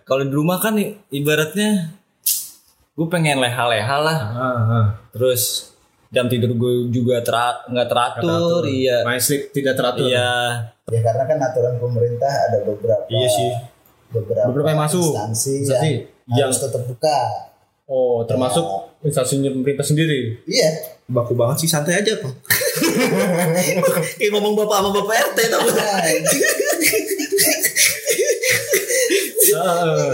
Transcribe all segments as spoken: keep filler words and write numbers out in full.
Kalau di rumah kan ibaratnya gue pengen leha-leha lah. Ah, ah. Terus jam tidur gue juga tera- nggak teratur, iya. My sleep tidak teratur. Iya. Ya karena kan aturan pemerintah ada beberapa. Iya sih. Beberapa, beberapa yang masuk. instansi Instansi yang, yang harus tetap buka. Oh, termasuk ya. Instansi pemerintah sendiri. Iya. Baku banget sih, santai aja Pak. Kayak ngomong bapak sama bapak R T tau. Ah.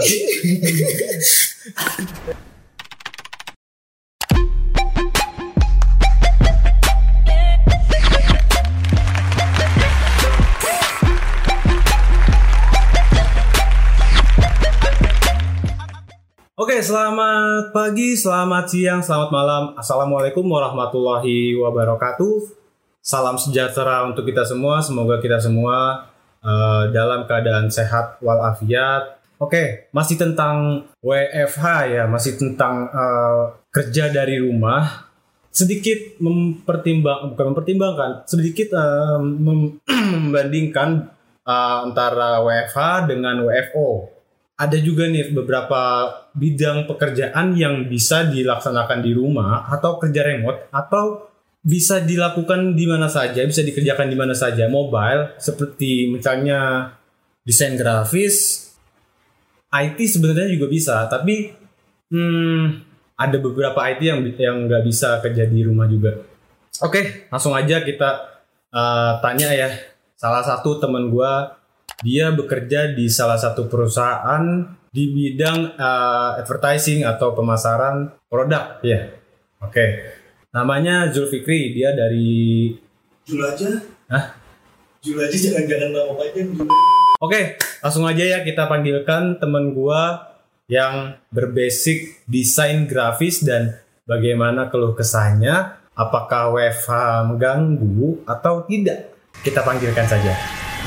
Oke, selamat pagi, selamat siang, selamat malam. Assalamualaikum warahmatullahi wabarakatuh. Salam sejahtera untuk kita semua. Semoga kita semua uh, dalam keadaan sehat walafiat. Oke, masih tentang W F H ya, masih tentang uh, kerja dari rumah. Sedikit mempertimbang, bukan mempertimbangkan, sedikit uh, mem- membandingkan uh, antara W F H dengan W F O. Ada juga nih beberapa bidang pekerjaan yang bisa dilaksanakan di rumah atau kerja remote atau bisa dilakukan di mana saja, bisa dikerjakan di mana saja, mobile seperti misalnya desain grafis, I T sebenarnya juga bisa, tapi hmm, ada beberapa I T yang yang nggak bisa kerja di rumah juga. Oke, langsung aja kita uh, tanya ya, salah satu teman gue. Dia bekerja di salah satu perusahaan di bidang uh, advertising atau pemasaran produk, ya. Yeah. Oke. Okay. Namanya Zulfikri, dia dari Jul aja. Hah? Jul aja, jangan-jangan nama panjang. Oke, okay, langsung aja ya kita panggilkan teman gua yang berbasic desain grafis dan bagaimana keluh kesahnya, apakah W F H mengganggu atau tidak. Kita panggilkan saja.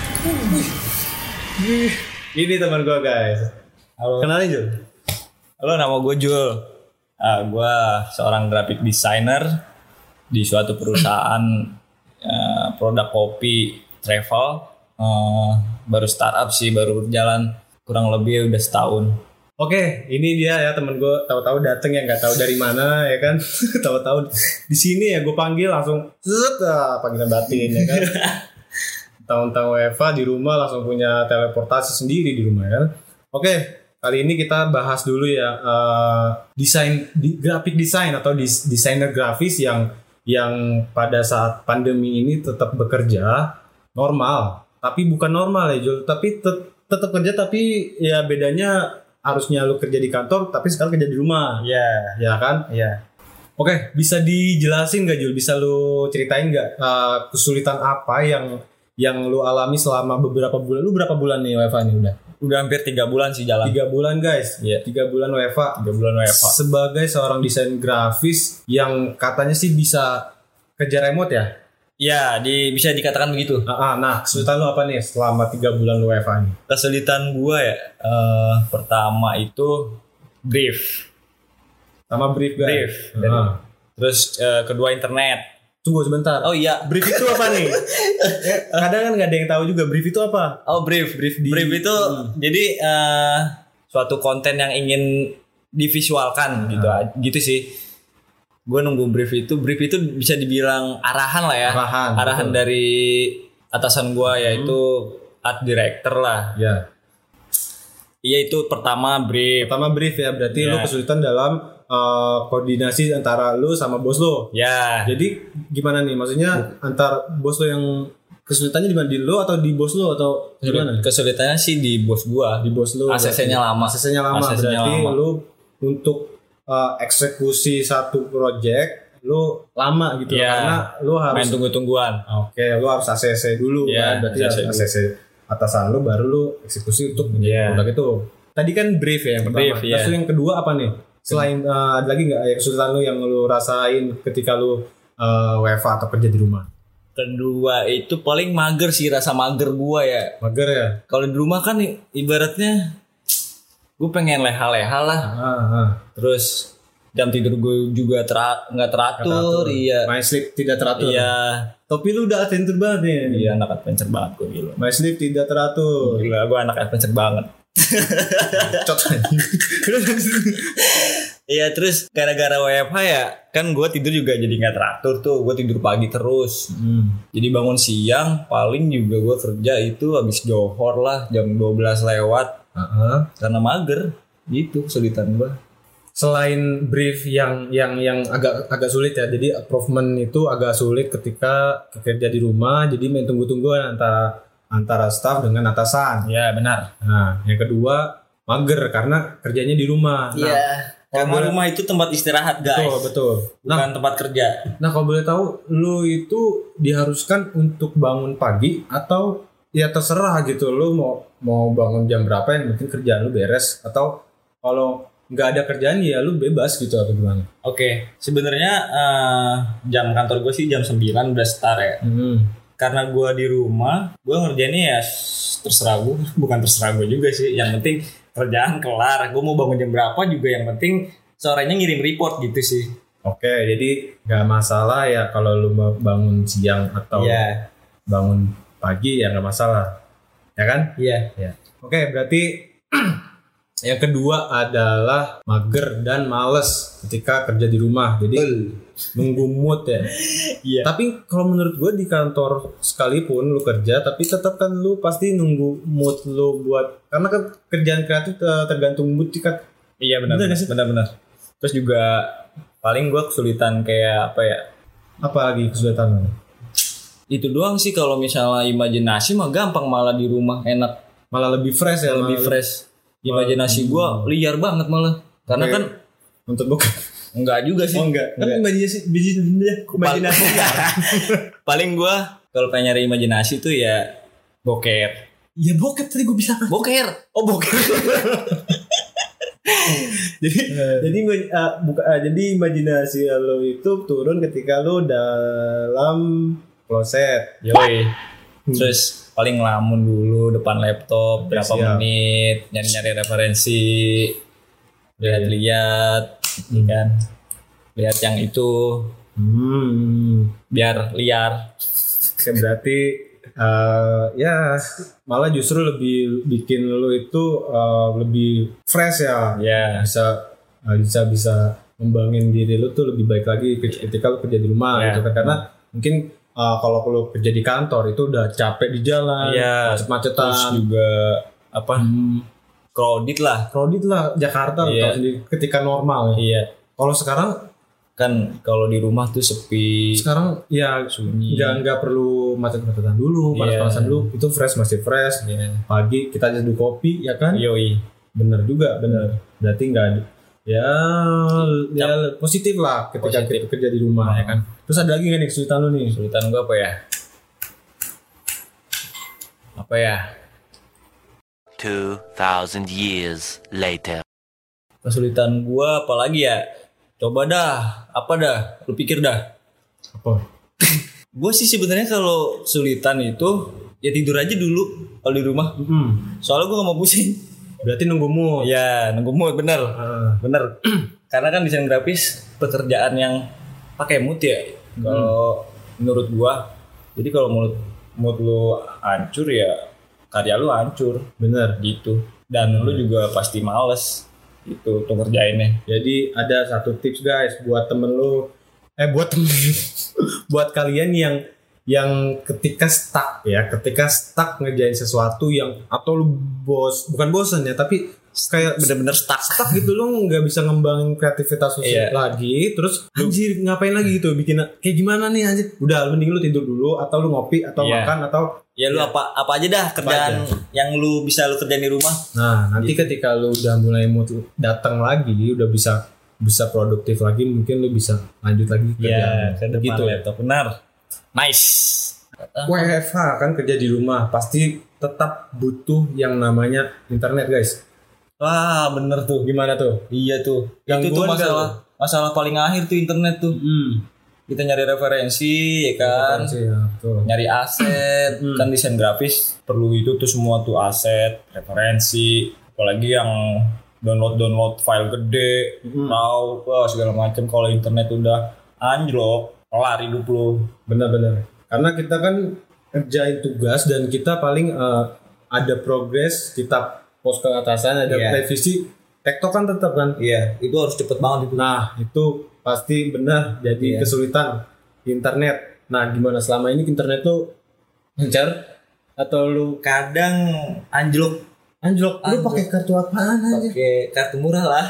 Ini teman gue guys. Halo. Kenalin Jul. Halo, nama gue Jul. Uh, gue seorang graphic designer di suatu perusahaan uh, produk kopi travel. Uh, baru startup sih, baru berjalan kurang lebih udah setahun. Oke, ini dia ya temen gue, tahu-tahu dateng ya, nggak tahu dari mana ya kan, tahu-tahu di sini ya gue panggil langsung, zut, ah, panggilan batin ya kan. Tahun-tahun W F H di rumah langsung punya teleportasi sendiri di rumah ya. Oke, kali ini kita bahas dulu ya uh, desain di, graphic design atau dis, desainer grafis yang yang pada saat pandemi ini tetap bekerja normal, tapi bukan normal ya Jul, tapi tet, tetap kerja tapi ya bedanya harusnya lu kerja di kantor tapi sekarang kerja di rumah. Iya, yeah. Ya kan? Iya. Yeah. Oke, bisa dijelasin nggak Jul? Bisa lu ceritain nggak uh, kesulitan apa yang yang lu alami selama beberapa bulan? Lu berapa bulan nih W F H nih udah? Udah hampir tiga bulan sih jalan. Tiga bulan guys. Iya. Tiga bulan W F H. Tiga bulan W F H. Sebagai seorang desain grafis yang katanya sih bisa kerja remote ya? Iya, di, bisa dikatakan begitu. Nah, nah, kesulitan lu apa nih selama tiga bulan W F H nih? Kesulitan gua ya, uh, pertama itu brief. Sama brief guys. Brief. Dan, uh. Terus uh, kedua internet. Tunggu sebentar. Oh iya. Brief itu apa nih? Kadang kan nggak ada yang tahu juga brief itu apa. Oh brief, brief di. Brief itu hmm. jadi uh, suatu konten yang ingin divisualkan hmm. gitu, gitu sih. Gue nunggu brief itu, brief itu bisa dibilang arahan lah ya. Arahan. Arahan betul. Dari atasan gue yaitu hmm. art director lah. Ya. Iya itu pertama brief. Pertama brief ya, berarti ya. Lu kesulitan dalam Uh, koordinasi antara lu sama bos lu. Ya. Jadi gimana nih? Maksudnya antar bos lu yang kesulitannya di mana, di lu atau di bos lu atau gimana? Kesulitannya sih di bos gua. Di bos lu. A C C-nya lama. A C C-nya lama. A C C-nya berarti lama. lu untuk uh, eksekusi satu project lu lama gitu ya. Karena lu harus main tunggu-tungguan. Oke, okay, lu harus A C C dulu ya, kan. Berarti A C C, A C C atasan lu baru lu eksekusi untuk ya. produk itu. Tadi kan brief ya yang pertama. Brief, ya. Terus yang kedua apa nih? Selain uh, ada lagi nggak ya kesulitan lu yang lu rasain ketika lu uh, W F H atau kerja di rumah? Kedua itu paling mager sih, rasa mager gua ya. Mager ya? Kalau di rumah kan ibaratnya gue pengen leha-leha lah. Ah, ah. Terus jam tidur gue juga tera- nggak teratur, teratur. Iya. My sleep tidak teratur. Iya. Tapi lu udah adventure banget nih. Iya, anak adventure banget gue gila. My sleep tidak teratur. Gila, gue anak adventure banget. Cot anjing. Iya terus gara-gara W F H ya kan gue tidur juga jadi nggak teratur tuh, gue tidur pagi terus. Hmm. Jadi bangun siang paling juga gue kerja itu habis johor lah jam dua belas lewat. Uh-huh. Karena mager gitu kesulitan gue. Selain brief yang yang yang agak agak sulit ya, jadi approval itu agak sulit ketika kerja di rumah, jadi main tunggu-tungguan antara antara staff dengan atasan. Ya benar. Nah yang kedua mager karena kerjanya di rumah. Iya. Nah, karena rumah itu tempat istirahat guys. Betul betul. Bukan nah, tempat kerja. Nah kalau boleh tahu, lu itu diharuskan untuk bangun pagi atau ya terserah gitu, lu mau mau bangun jam berapa yang penting kerjaan lu beres, atau kalau nggak ada kerjaan ya lu bebas gitu atau gimana? Oke, okay. Sebenarnya uh, jam kantor gue sih jam sembilan udah start ya. Hmm. Karena gue di rumah, gue ngerjainnya ya terserah gue, bukan terserah gue juga sih. Yang penting kerjaan kelar, gue mau bangun jam berapa juga yang penting sorenya ngirim report gitu sih. Oke, jadi nggak masalah ya kalau lu bangun siang atau yeah. bangun pagi ya nggak masalah, ya kan? Iya. Yeah. Oke, berarti yang kedua adalah mager dan males ketika kerja di rumah, jadi nunggu mood ya. Iya. Tapi kalau menurut gue di kantor sekalipun lu kerja, tapi tetap kan lu pasti nunggu mood lu buat, karena kan kerjaan kreatif tergantung mood kan. Iya benar. Benar-benar. Terus juga paling gue kesulitan kayak apa ya? Apa lagi kesulitan? Itu doang sih, kalau misalnya imajinasi mah gampang, malah di rumah enak, malah lebih fresh ya, lebih fresh. Imajinasi gue liar banget malah, karena okay. kan untuk bukan. Enggak juga sih. Oh enggak. Kan imajinasi bisnisnya imajinasi. Paling gua kalau pengen nyari imajinasi tuh ya boker. Ya boker tadi gua bisa. Boker. Oh boker. jadi uh, jadi uh, buka uh, jadi imajinasi lo itu turun ketika lo dalam kloset. Yoi. Hmm. Terus paling ngelamun dulu depan laptop berapa Siap. menit, nyari-nyari referensi, lihat-lihat. Kan lihat yang itu hmm. biar liar. Berarti uh, ya malah justru lebih bikin lu itu uh, lebih fresh ya. Yeah. Bisa uh, bisa bisa ngembangin diri lu tuh lebih baik lagi ketika lu kerja di rumah yeah. gitu kan, karena hmm. mungkin uh, kalau lu kerja di kantor itu udah capek di jalan, yeah. macet-macetan. Terus juga apa? Hmm. crowded lah, crowded lah Jakarta iya. Tahu sendiri ketika normal ya. Iya. Kalau sekarang kan kalau di rumah tuh sepi. Sekarang ya sunyi. Nggak nggak perlu macet-macetan dulu, panas-panasan yeah. dulu. Itu fresh, masih fresh. Yeah. Pagi kita seduh kopi ya kan? Yoi. Bener juga, bener. Berarti nggak ada. Ya, ya positif lah ketika positif. Kita kerja di rumah nah. ya kan. Terus ada lagi nggak nih kesulitan lu nih? Kesulitan gue apa ya? Apa ya? two thousand years later. Kesulitan gua apalagi ya? Coba dah, apa dah? Lu pikir dah. Apa? Gua sih sebenarnya kalau kesulitan itu ya tidur aja dulu kalau di rumah. Mm-hmm. Soalnya gua gak mau pusing. Berarti nunggu mood. Ya, nunggu mood bener. Uh. Bener. Karena kan desain grafis pekerjaan yang pakai mood ya. Mm. Kalau menurut gua. Jadi kalau mood mood lu hancur ya karya lu hancur, bener gitu. Dan hmm. lu juga pasti males itu tuh ngerjainnya. Jadi ada satu tips guys buat temen lu, eh buat temen buat kalian yang yang ketika stuck ya, ketika stuck ngerjain sesuatu yang atau lu bos, bukan bosan ya, tapi kayak bener-bener stuck stuck gitu, lu nggak bisa ngembangin kreativitas lu yeah. lagi, terus anjir ngapain lagi gitu, bikin kayak gimana nih anjir, udah mending lu tidur dulu atau lu ngopi atau yeah. makan atau ya lu ya. apa apa aja dah kerjaan aja yang lu bisa lu kerjain di rumah. Nah nanti gitu. Ketika lu udah mulai mood datang lagi, udah bisa bisa produktif lagi, mungkin lu bisa lanjut lagi kerjaan yeah, gitu laptop. Benar, nice. W F H kan kerja di rumah pasti tetap butuh yang namanya internet guys. Wah bener tuh. Gimana tuh? Iya tuh. Itu tuh masalah gak? masalah paling akhir tuh internet tuh. Hmm. Kita nyari referensi ya kan. Referensi, ya, betul. Nyari aset. hmm. Kan desain grafis perlu itu tuh semua tuh aset, referensi. Apalagi yang download-download file gede, hmm. raw, wah segala macam. Kalau internet udah anjlok, kelar hidup lu. Bener-bener. Karena kita kan kerjain tugas dan kita paling uh, ada progres, kita pos ke atasan ada Iya. revisi tektokan tetap kan. Iya, itu harus cepet banget itu. Nah itu pasti benar jadi Iya. kesulitan di internet. Nah gimana selama ini internet tuh lancar atau lu Kadang anjlok anjlok? Lu Anjlok. pakai kartu apaan aja? pakai kartu murah lah.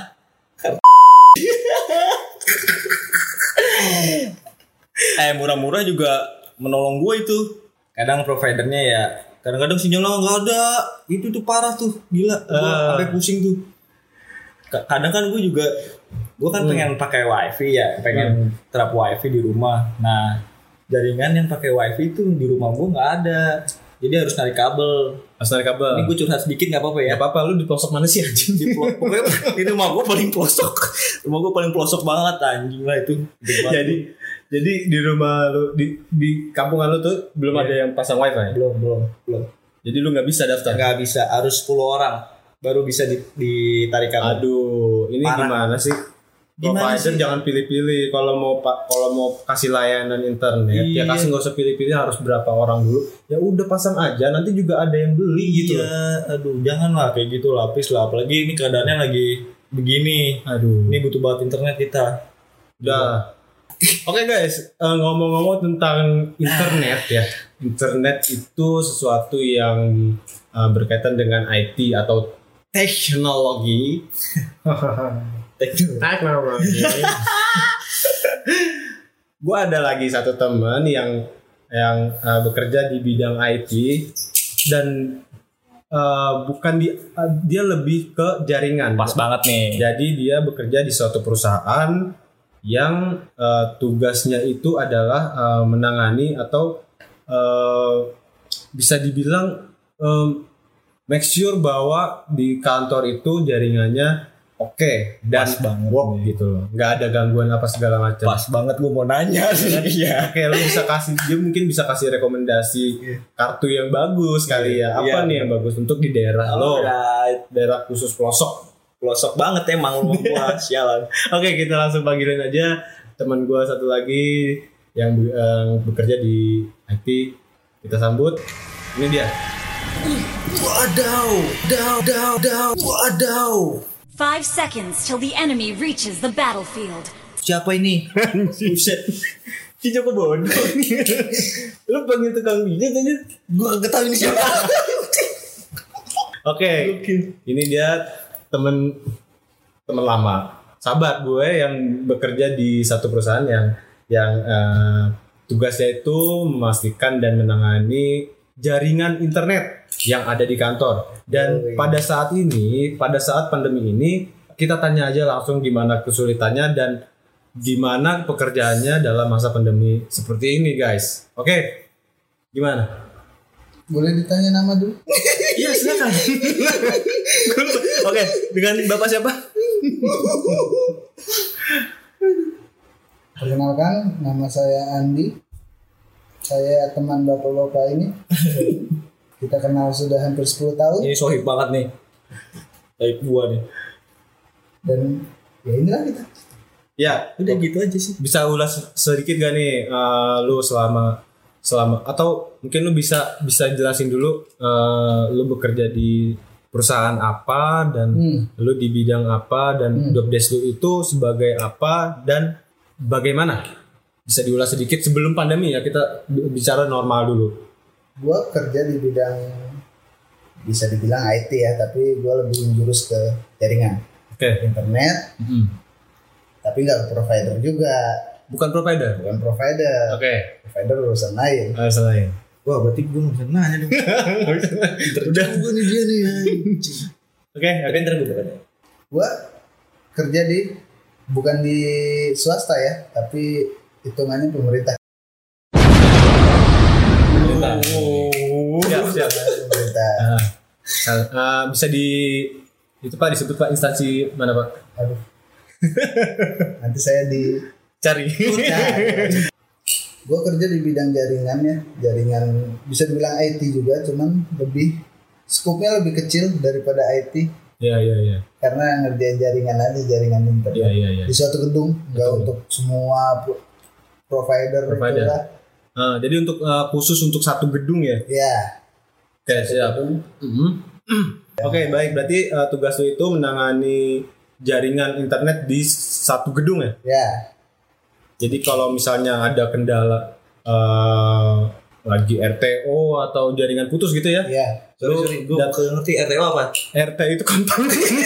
Eh murah-murah juga menolong gue itu. Kadang providernya ya, kadang-kadang sinyalnya nggak ada. Itu tuh parah tuh, gila. Gua Ah. sampai pusing tuh. Ka- Kadang kan gue juga, gue kan Hmm. pengen pakai wifi ya, pengen terap wifi di rumah. Nah, jaringan yang pakai wifi itu di rumah gue nggak ada. Jadi harus narik kabel. Pas narik kabel. Ini gue curhat sedikit nggak apa-apa ya. Gak apa-apa, lu di pelosok mana sih anjing? Di pelo- pokoknya ini rumah gue paling pelosok. Rumah gue paling pelosok banget anjing lah itu. Gede banget. Jadi jadi di rumah lu di di kampungan lu tuh belum Iya. ada yang pasang wifi. belum belum belum. Jadi lu nggak bisa daftar. Nggak bisa, harus sepuluh orang baru bisa di- ditarik kabel. Aduh, ini Parah. gimana sih? Gimana Provider sih? jangan pilih-pilih kalau mau pak kalau mau kasih layanan internet ya Iya. kasih nggak usah pilih-pilih harus berapa orang dulu. Ya udah pasang aja nanti juga ada yang beli gitu. Iya, aduh jangan lah kayak gitu lapis lah. Apalagi ini keadaannya lagi begini. Aduh. Ini butuh banget internet kita. Udah. Oke guys, eh, ngomong-ngomong tentang internet ya. Internet itu sesuatu yang eh, berkaitan dengan I T atau teknologi. Teknologi. Gue ada lagi satu teman yang yang eh, bekerja di bidang I T dan eh, bukan di eh, dia lebih ke jaringan. Pas banget nih. Jadi dia bekerja di suatu perusahaan yang eh, tugasnya itu adalah eh, menangani atau eh, bisa dibilang eh, make sure bahwa di kantor itu jaringannya oke dan Pas banget work nih. gitu loh, nggak ada gangguan apa segala macam. Pas banget gue mau nanya sih. Iya. Oke, lu bisa kasih dia mungkin bisa kasih rekomendasi kartu yang bagus kali ya. Apa Iya. nih yang bagus untuk di daerah lo, Alright. daerah khusus pelosok. Pelosok banget emang rumah gua sialan. Oke, kita langsung panggilin aja teman gue satu lagi yang be- yang bekerja di I T. Kita sambut. Ini dia. Wadaw, daw, daw, daw, wadaw. Five seconds till the enemy reaches the battlefield. Siapa ini? Buset. Si Joko bodoh. Lu panggil tukang pijat aja. Gua kagak tahu ini siapa. Oke. Ini dia temen temen lama. Sahabat gue yang bekerja di satu perusahaan yang yang eh, tugasnya itu memastikan dan menangani jaringan internet yang ada di kantor. Dan Oh, iya. pada saat ini, pada saat pandemi ini, kita tanya aja langsung gimana kesulitannya dan gimana pekerjaannya dalam masa pandemi seperti ini, guys. Oke, gimana? Boleh ditanya nama dulu? Iya, silakan. Oke, dengan Bapak siapa? Perkenalkan, nama saya Andi. Saya teman bapak-bapak ini. Kita kenal sudah hampir sepuluh tahun. Ini sohib banget nih. Sohib gua nih. Dan ya inilah kita. Ya, Udah gitu aja sih. bisa ulas sedikit gak nih eh, lu selama selama atau mungkin lu bisa bisa jelasin dulu eh, lu bekerja di perusahaan apa dan Hmm. lu di bidang apa dan Hmm. job desk lu itu sebagai apa dan bagaimana? Bisa diulas sedikit sebelum pandemi ya, kita bi- bicara normal dulu. Gua kerja di bidang bisa dibilang I T ya, tapi gua lebih menjurus ke jaringan Oke. internet, tapi nggak ke provider juga. Bukan provider. Bukan provider. Oke. Provider urusan lain. Eh, selain. Wah, berarti gua enggak bisa nanya dong. Udah. Gua nih dia nih. Oke, Tapi ntar gua bakal. Gua kerja di bukan di swasta ya, tapi hitungannya pemerintah. Siap, siap. Pemerintah. Ah, sal- ah, bisa di itu Pak disebut Pak instansi mana Pak? Aduh. Nanti saya di Cari. Gue kerja di bidang jaringan ya, jaringan bisa dibilang I T juga, cuman lebih skupnya lebih kecil daripada I T Ya, ya, ya. karena ngerjain jaringan aja, jaringan internet Ya, ya, ya. di suatu gedung, nggak Betul. untuk semua pro- provider, Provider. itulah. Ah, jadi untuk ah, khusus untuk satu gedung ya. Ya, Oke, siap. Mhm. Oke, baik. Berarti uh, tugas lu itu menangani jaringan internet di satu gedung ya? Ya. Jadi kalau misalnya ada kendala uh, lagi R T O atau jaringan putus gitu ya? Iya. Sorry, sorry, gue dat- gak ngerti R T O apa? R T itu kontak.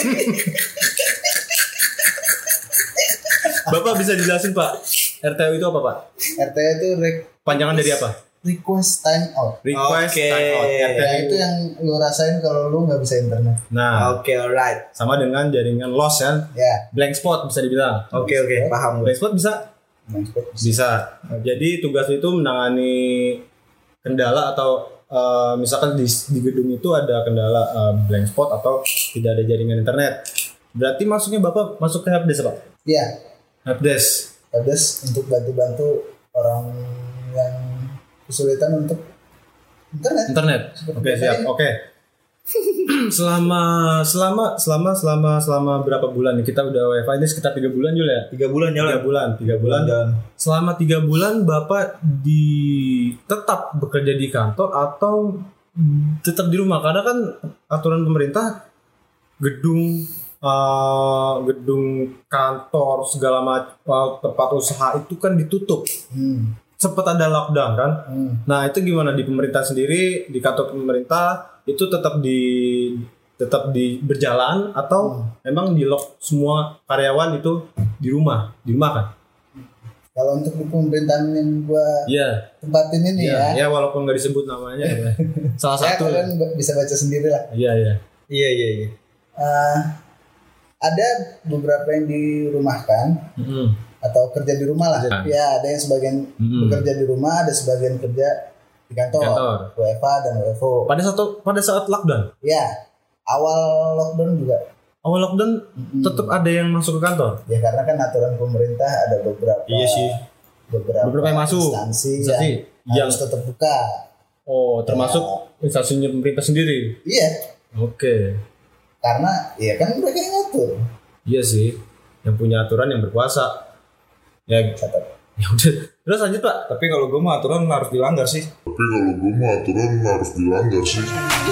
Bapak bisa dijelasin Pak, R T O itu apa Pak? R T O itu re- Panjangan dari apa? request time out. Request Oke. time out. R T O Ya itu yang lu rasain kalau lu nggak bisa internet. Nah, Oke, alright. sama dengan jaringan loss kan? Ya. Blank spot bisa dibilang. Oke, oke, paham gue. Blank spot bisa? Bisa. Jadi tugas itu menangani kendala atau uh, misalkan di, di gedung itu ada kendala uh, blank spot atau tidak ada jaringan internet. Berarti masuknya Bapak masuk ke helpdesk Pak? Iya. Helpdesk. Helpdesk untuk bantu-bantu orang yang kesulitan untuk internet. Internet. Seperti Oke, biasa siap. ini. Oke. selama selama selama selama selama berapa bulan nih? Kita udah W F H ini sekitar tiga bulan juga ya? Tiga bulan Tiga jalan. bulan, tiga bulan. jalan. Selama tiga bulan Bapak di tetap bekerja di kantor atau tetap di rumah? Karena kan aturan pemerintah gedung uh, gedung kantor segala macam tempat usaha itu kan ditutup. Hmm. Sempat ada lockdown kan? Hmm. Nah itu gimana di pemerintah sendiri, di kantor pemerintah itu tetap di tetap di berjalan atau memang di lock semua karyawan itu di rumah, di rumah kan? Kalau untuk di pemerintahan yang gua Iya. tempatin ini Iya, ya, ya walaupun nggak disebut namanya ya. Salah ya satu. kalian ba- bisa baca sendiri lah. Iya, iya. Iya, iya, iya. Eh, ada beberapa yang dirumahkan Mm-hmm. atau kerja di rumah lah. Kerja. Ya ada yang sebagian Mm-mm. bekerja di rumah, ada sebagian kerja di kantor, Di kantor. W F H dan W F O. Pada satu pada saat lockdown, Ya awal lockdown juga. awal lockdown Mm-mm. tetap ada yang masuk ke kantor. Ya karena kan aturan pemerintah ada beberapa. Iya sih. Beberapa, Beberapa yang masuk. instansi, Instansi yang yang harus tetap buka. oh termasuk instansinya pemerintah sendiri. Iya, Oke. karena ya kan mereka yang ngatur. Iya sih. Yang punya aturan yang berkuasa. Ya, Catat. ya udah. Terus lanjut Pak. Tapi kalau gue mah aturan harus dilanggar sih. Tapi kalau gue mah aturan harus dilanggar sih.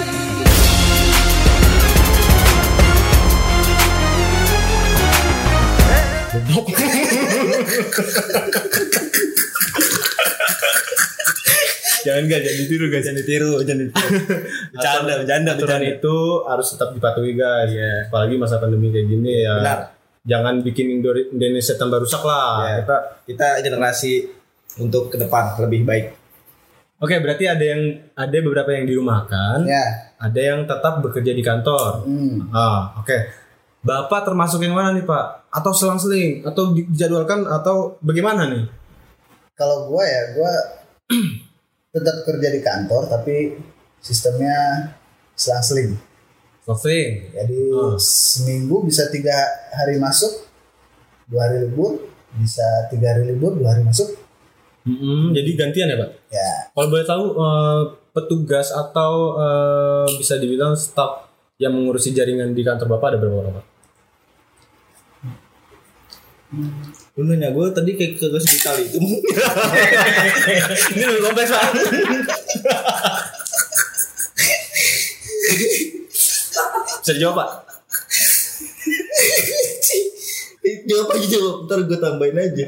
Jangan guys, jangan ditiru guys. Jangan ditiru, jangan ditiru. Bercanda, bercanda, Aturan bercanda. itu harus tetap dipatuhi guys. Apalagi masa pandemi kayak gini ya. Benar. Jangan bikin Indo- Indonesia tambah rusak lah. Ya. Kita Kita generasi untuk ke depan lebih baik. Oke, berarti ada yang ada beberapa yang dirumahkan, Ya. ada yang tetap bekerja di kantor. Hmm. Ah, oke. Bapak termasuk yang mana nih Pak? Atau selang-seling? Atau dijadwalkan? Atau bagaimana nih? Kalau gua ya, gua tetap kerja di kantor tapi sistemnya selang-seling. Selang-seling. Jadi Hmm. seminggu bisa tiga hari masuk, dua hari libur, bisa tiga hari libur, dua hari masuk. Mm-mm, jadi gantian ya Pak? Ya, Kalau boleh tahu eh, petugas atau eh, bisa dibilang staf yang mengurusi jaringan di kantor Bapak ada berapa orang Pak? Lu nanya gue tadi kayak ke hospital itu. Ini lebih kompleks Pak. Bisa dijawab Pak? Jawab aja jawab, ntar gue tambahin aja.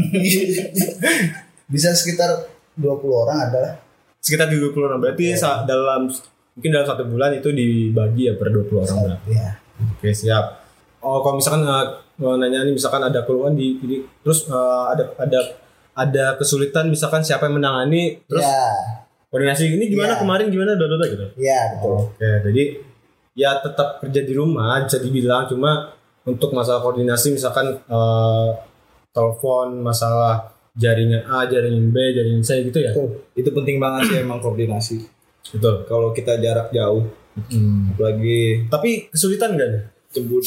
bisa sekitar dua puluh orang adalah. Sekitar dua puluh orang. Berarti sa- dalam mungkin dalam satu bulan itu dibagi ya per dua puluh orang berarti. Ya. Oke siap. Oh kalau misalkan uh, mau nanya nih misalkan ada keluhan di, di terus uh, ada ada ada kesulitan misalkan siapa yang menangani terus Ya, koordinasi ini gimana Ya. kemarin gimana dada gitu. ya betul. Oke jadi ya tetap kerja di rumah bisa dibilang cuma untuk masalah koordinasi misalkan uh, telepon masalah jaringan A jaringan B jaringan C gitu ya. Itu penting banget sih emang koordinasi. Betul. Kalau kita jarak jauh, Hmm. apalagi Tapi kesulitan gak nih? jemput.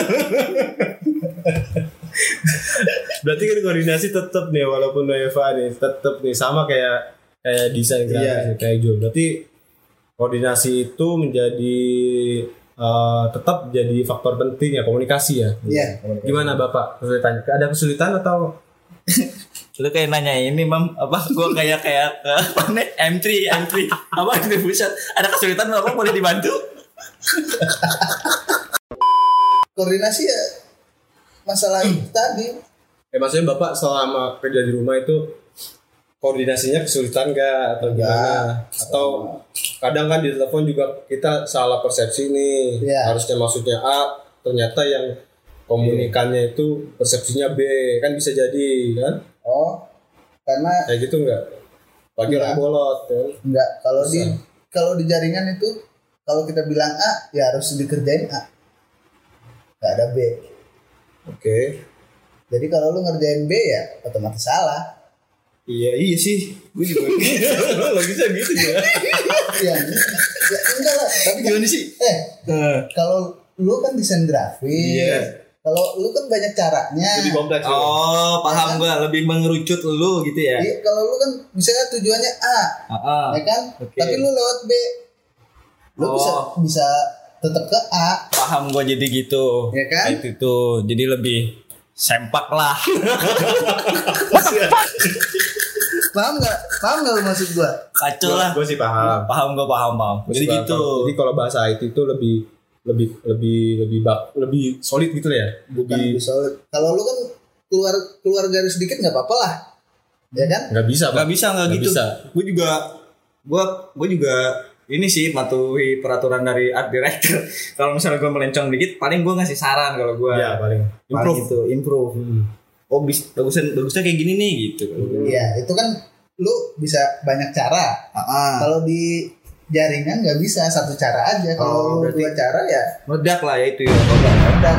Berarti kan koordinasi tetap nih walaupun W F H nih tetap nih sama kayak kayak desain grafis Iya. kayak Jul. Berarti koordinasi itu menjadi uh, tetap jadi faktor penting ya komunikasi ya. Iya. Gimana Bapak kesulitan? Ada kesulitan atau Lu kayak nanya ini mam apa gue kayak kayak apa nih M tiga M tiga apa ini pusat ada kesulitan apa boleh dibantu Koordinasi ya masalah itu tadi. Eh maksudnya Bapak selama kerja di rumah itu koordinasinya kesulitan nggak atau gimana? Atau kadang kan di telepon juga kita salah persepsi nih. Ya. Harusnya maksudnya A, ternyata yang komunikannya itu persepsinya B, kan bisa jadi kan? Oh, karena Kayak gitu nggak? Bagi Nggak. orang bolot kan? enggak kalau di Bisa. kalau di jaringan itu kalau kita bilang A ya harus dikerjain A. Nggak ada B. Oke. Jadi kalau lu ngerjain B ya otomatis salah. Iya iya sih, gue juga Lo bisa gitu ya? Iya. Ya enggak lah, tapi gimana sih? eh kalau lu kan desain grafis. Iya. Kalau lu kan banyak caranya. Lebih kompleks. Oh paham gue, lebih mengerucut lu gitu ya? Iya, kalau lu kan misalnya tujuannya A, Ah, ah. ya kan? Oke. Tapi lu lewat B, lu Oh. bisa bisa tetap ke A, Paham gue jadi gitu. ya kan? Kayak itu, jadi lebih sempak lah. Paham nggak? Paham nggak lu maksud gua? Kacau lah. Gue sih paham. Paham gue paham paham. Jadi Kalau- gitu. Jadi kalau bahasa I T itu lebih lebih lebih lebih bak, lebih solid gitu ya. Bukan Lebih lebih solid. Kalau lu kan keluar keluar garis sedikit nggak apa-apa lah, ya kan? nggak bisa. Gak Pak. bisa nggak Nggak gitu. bisa. Gue juga, gue gue juga ini sih patuhi peraturan dari art director. Kalau misalnya gue melencong dikit, paling gue ngasih saran kalau gue. Ya paling Paling improve. gitu, improve. Hmm. Oh bis, bagusnya bagusnya kayak gini nih gitu. Iya, itu kan lu bisa banyak cara. Ah, ah. Kalau di jaringan nggak bisa satu cara aja. Kalau Oh, lu berarti- dua cara ya Meledak lah ya itu ya. udah.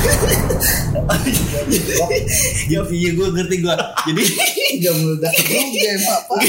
Ya, iya gue ngerti gue. Jadi Gak meledak juga emang apaan.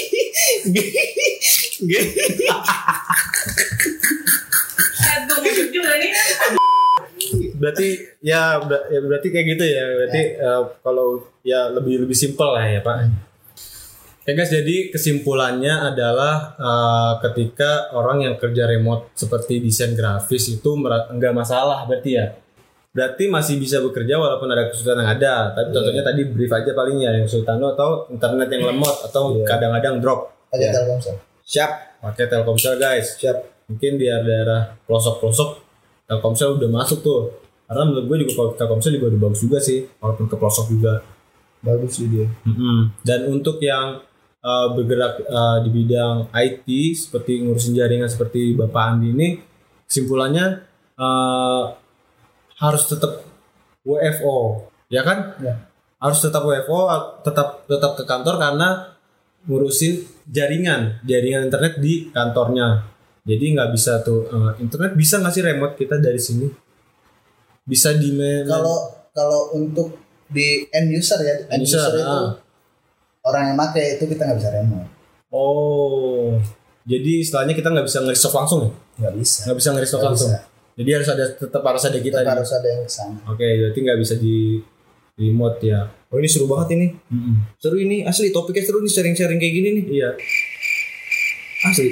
Berarti ya, ber- ya berarti kayak gitu ya. Berarti eh, kalau ya lebih lebih simpel lah ya Pak. Ya guys, jadi kesimpulannya adalah eh, ketika orang yang kerja remote seperti desain grafis itu mer- enggak masalah berarti ya. Berarti masih bisa bekerja walaupun ada kesulitan yang ada. Tapi contohnya tadi brief aja paling ya yang kesulitan lo atau internet yang lemot atau kadang-kadang drop. Pakai Ya. Telkomsel. Siap, pakai Telkomsel guys. Siap. Mungkin di daerah pelosok-pelosok Telkomsel udah masuk tuh. Karena menurut gue juga kalau Telkomsel juga udah bagus juga sih, walaupun ke pelosok juga. Bagus sih dia. Mm-mm. Dan untuk yang uh, bergerak uh, di bidang I T seperti ngurusin jaringan seperti Bapak Andi ini, kesimpulannya uh, harus tetap W F O, ya kan? Ya. Harus tetap W F O, tetap tetap ke kantor karena ngurusin jaringan, jaringan internet di kantornya. Jadi nggak bisa tuh uh, internet bisa nggak sih remote kita dari sini? Bisa di man- Kalau kalau untuk di end user ya, end End user, user, itu ah. orang yang pakai itu kita nggak bisa remote. Oh, jadi istilahnya kita nggak bisa nge-resolve langsung ya? Nggak bisa. Nggak bisa nge-resolve Nggak langsung. bisa. Jadi harus ada tetap harus ada kita. Kita di- harus ada yang kesana. Oke, berarti nggak bisa di remote ya. Oh ini seru banget ini. Mm-mm. Seru ini asli topiknya seru nih sharing-sharing kayak gini nih. Iya. Asli.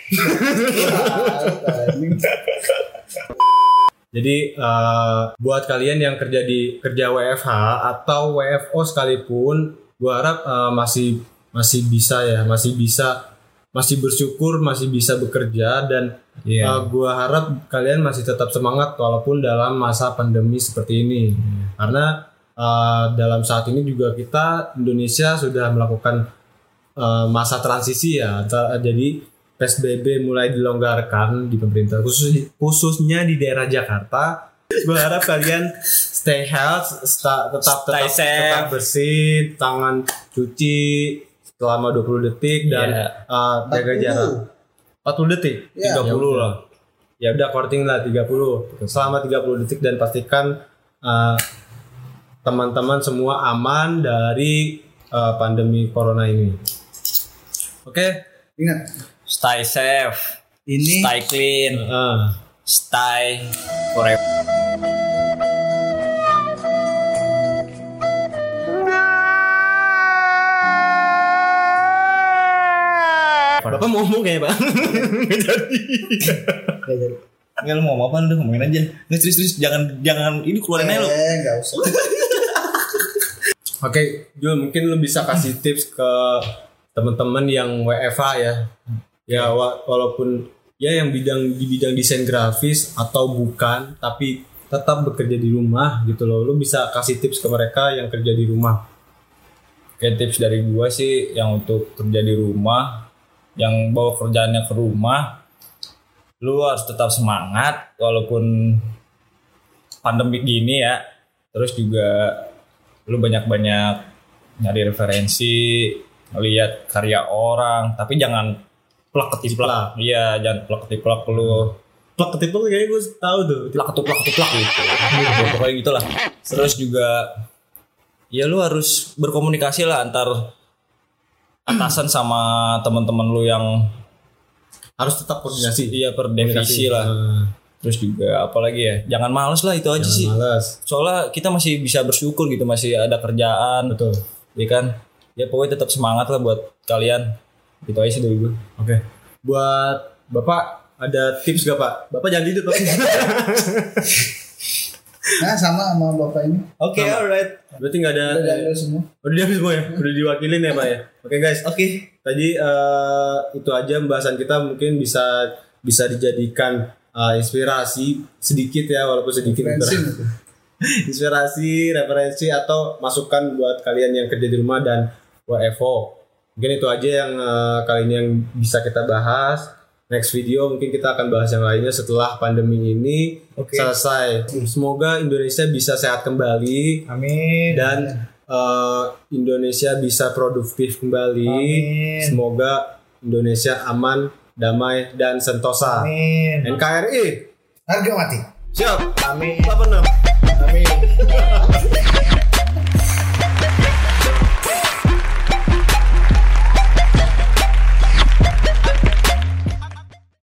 Jadi eh, buat kalian yang kerja di kerja W F H atau W F O sekalipun, gua harap eh, masih masih bisa ya, masih bisa masih bersyukur, masih bisa bekerja dan Iya. eh, gua harap kalian masih tetap semangat walaupun dalam masa pandemi seperti ini. Karena eh, dalam saat ini juga kita Indonesia sudah melakukan eh, masa transisi ya. Ta- Jadi P S B B mulai dilonggarkan di pemerintah khusus khususnya di daerah Jakarta. Gue harap kalian stay health, sta- tetap Stay tetap, safe. tetap bersih, tangan cuci selama dua puluh detik dan Iya. uh, jaga empat puluh. jarak. empat puluh detik. Ya. tiga puluh lah. Ya udah korting lah tiga puluh. Selama tiga puluh detik dan pastikan uh, teman-teman semua aman dari uh, pandemi corona ini. Oke. Ingat, Stay safe. ini Stay clean. Uh, Stay forever. Bapak mau ngomong kayak Pak. Nggak jadi. Enggak lu mau ngomong apa lu ngomongin aja. Nggak serius-serius jangan jangan ini keluarin aja lu. eh nggak usah. Oke, Jul mungkin lu bisa kasih tips ke teman-teman yang W F H ya. Ya wa- walaupun ya yang bidang di bidang desain grafis atau bukan tapi tetap bekerja di rumah gitu loh. Lu bisa kasih tips ke mereka yang kerja di rumah. Kayak tips dari gua sih yang untuk kerja di rumah, yang bawa kerjaannya ke rumah, lu harus tetap semangat walaupun pandemi gini ya. Terus juga lu banyak-banyak nyari referensi, lihat karya orang, tapi jangan plak ketiplak. Iya, jangan plak ketiplak lu. Plak ketiplak kayaknya gue tahu tuh. Plak ketiplak ketiplak gitu. Ya, pokoknya gitulah. Terus juga ya lu harus berkomunikasi lah antar atasan sama teman-teman lu yang harus tetap koordinasi. Iya, per divisi lah. Hmm. Terus juga apalagi ya, jangan males lah, itu aja Jangan sih. Males. Soalnya kita masih bisa bersyukur gitu, masih ada kerjaan. Betul. Ya kan? Ya pokoknya tetap semangat lah buat kalian. Itu aja sih dari gue. Oke. Buat Bapak ada tips gak Pak? Bapak jangan tidur Pak. Nah sama sama bapak ini. Oke, okay, alright. Berarti gak ada. Udah diambil semua. Udah diambil semua ya? Udah diwakilin ya Pak ya? Oke okay, guys. Oke. Okay. Tadi uh, itu aja pembahasan kita, mungkin bisa bisa dijadikan uh, inspirasi sedikit ya, walaupun sedikit. Referensi. Inspirasi, referensi atau masukan buat kalian yang kerja di rumah dan W F O. Mungkin itu aja yang uh, kali ini yang bisa kita bahas. Next video mungkin kita akan bahas yang lainnya setelah pandemi ini okay. selesai. Semoga Indonesia bisa sehat kembali. Amin. Dan uh, Indonesia bisa produktif kembali. Amin. Semoga Indonesia aman, damai dan sentosa. Amin. N K R I Harga mati. siap. Amin. delapan enam. Amin.